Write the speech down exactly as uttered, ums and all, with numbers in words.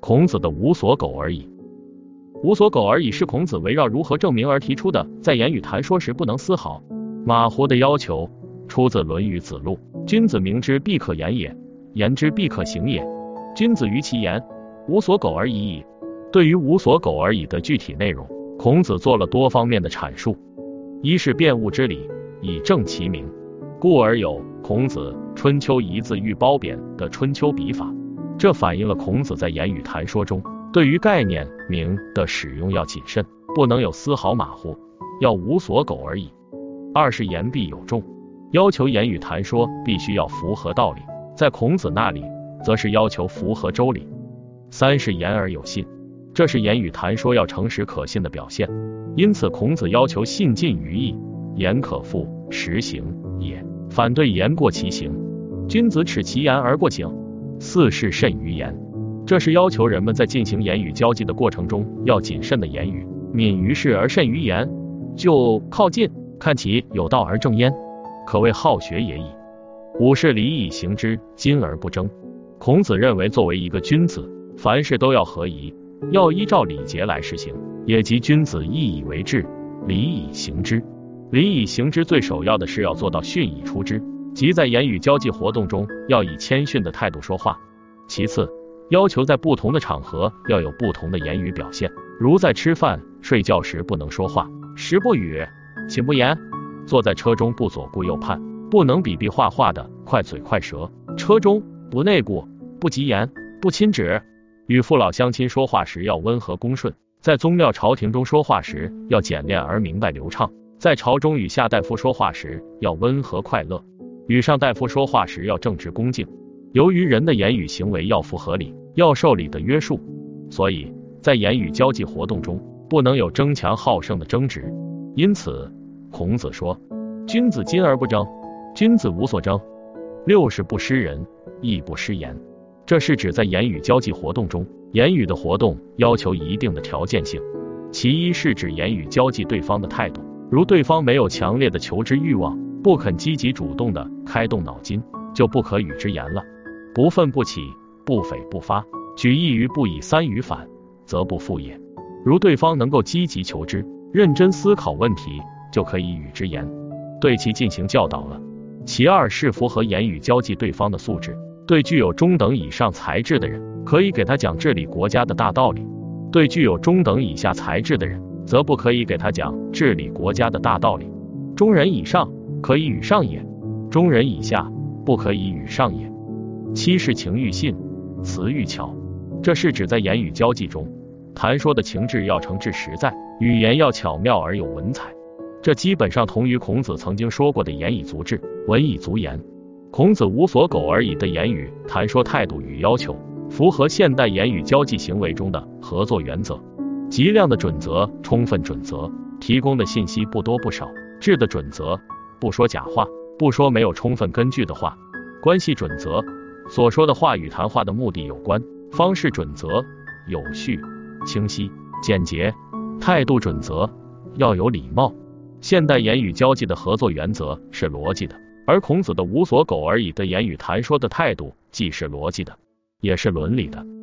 孔子的无所苟而已。无所苟而已是孔子围绕如何证明而提出的，在言语谈说时不能丝毫马虎的要求，出自《论语·子路》：君子明之，必可言也；言之，必可行也。君子于其言，无所苟而已矣。对于无所苟而已的具体内容，孔子做了多方面的阐述。一是辩物之理，以正其名，故而有孔子春秋一字喻褒贬的春秋笔法，这反映了孔子在言语谈说中对于概念名的使用要谨慎，不能有丝毫马虎，要无所苟而已。二是言必有重，要求言语谈说必须要符合道理，在孔子那里则是要求符合周礼。三是言而有信，这是言语谈说要诚实可信的表现，因此孔子要求信近于义，言可复，实行也，反对言过其行。君子耻其言而过行。四是慎于言，这是要求人们在进行言语交际的过程中要谨慎的言语，敏于事而慎于言，就靠近，看其有道而正焉，可谓好学也已。五是礼以行之，今而不争。孔子认为作为一个君子，凡事都要合宜，要依照礼节来实行，也即君子义以为质，礼以行之。礼以行之最首要的是要做到训以出之，即在言语交际活动中要以谦逊的态度说话。其次，要求在不同的场合要有不同的言语表现，如在吃饭、睡觉时不能说话，食不语，寝不言；坐在车中不左顾右盼，不能比比划划的快嘴快舌；车中不内顾，不急言，不亲指；与父老乡亲说话时要温和恭顺；在宗庙朝廷中说话时要简练而明白流畅；在朝中与下大夫说话时要温和快乐；与上大夫说话时要正直恭敬。由于人的言语行为要符合理，要受理的约束，所以在言语交际活动中不能有争强好胜的争执。因此孔子说，君子今而不争，君子无所争。六是不失人，亦不失言，这是指在言语交际活动中，言语的活动要求一定的条件性。其一是指言语交际对方的态度，如对方没有强烈的求知欲望，不肯积极主动的开动脑筋，就不可与之言了。不愤不起，不悱不发，举一隅不以三隅反，则不复也。如对方能够积极求知，认真思考问题，就可以与之言，对其进行教导了。其二是符合言语交际对方的素质，对具有中等以上才智的人，可以给他讲治理国家的大道理；对具有中等以下才智的人，则不可以给他讲治理国家的大道理。中人以上可以与上也，中人以下不可以与上也。七是情欲信，辞欲巧，这是指在言语交际中，谈说的情志要诚挚实在，语言要巧妙而有文采。这基本上同于孔子曾经说过的言以足志，文以足言。孔子无所苟而已的言语谈说态度与要求，符合现代言语交际行为中的合作原则。极量的准则，充分准则，提供的信息不多不少；质的准则，不说假话，不说没有充分根据的话；关系准则，所说的话与谈话的目的有关；方式准则，有序、清晰、简洁；态度准则，要有礼貌。现代言语交际的合作原则是逻辑的，而孔子的无所苟而已的言语谈说的态度既是逻辑的，也是伦理的。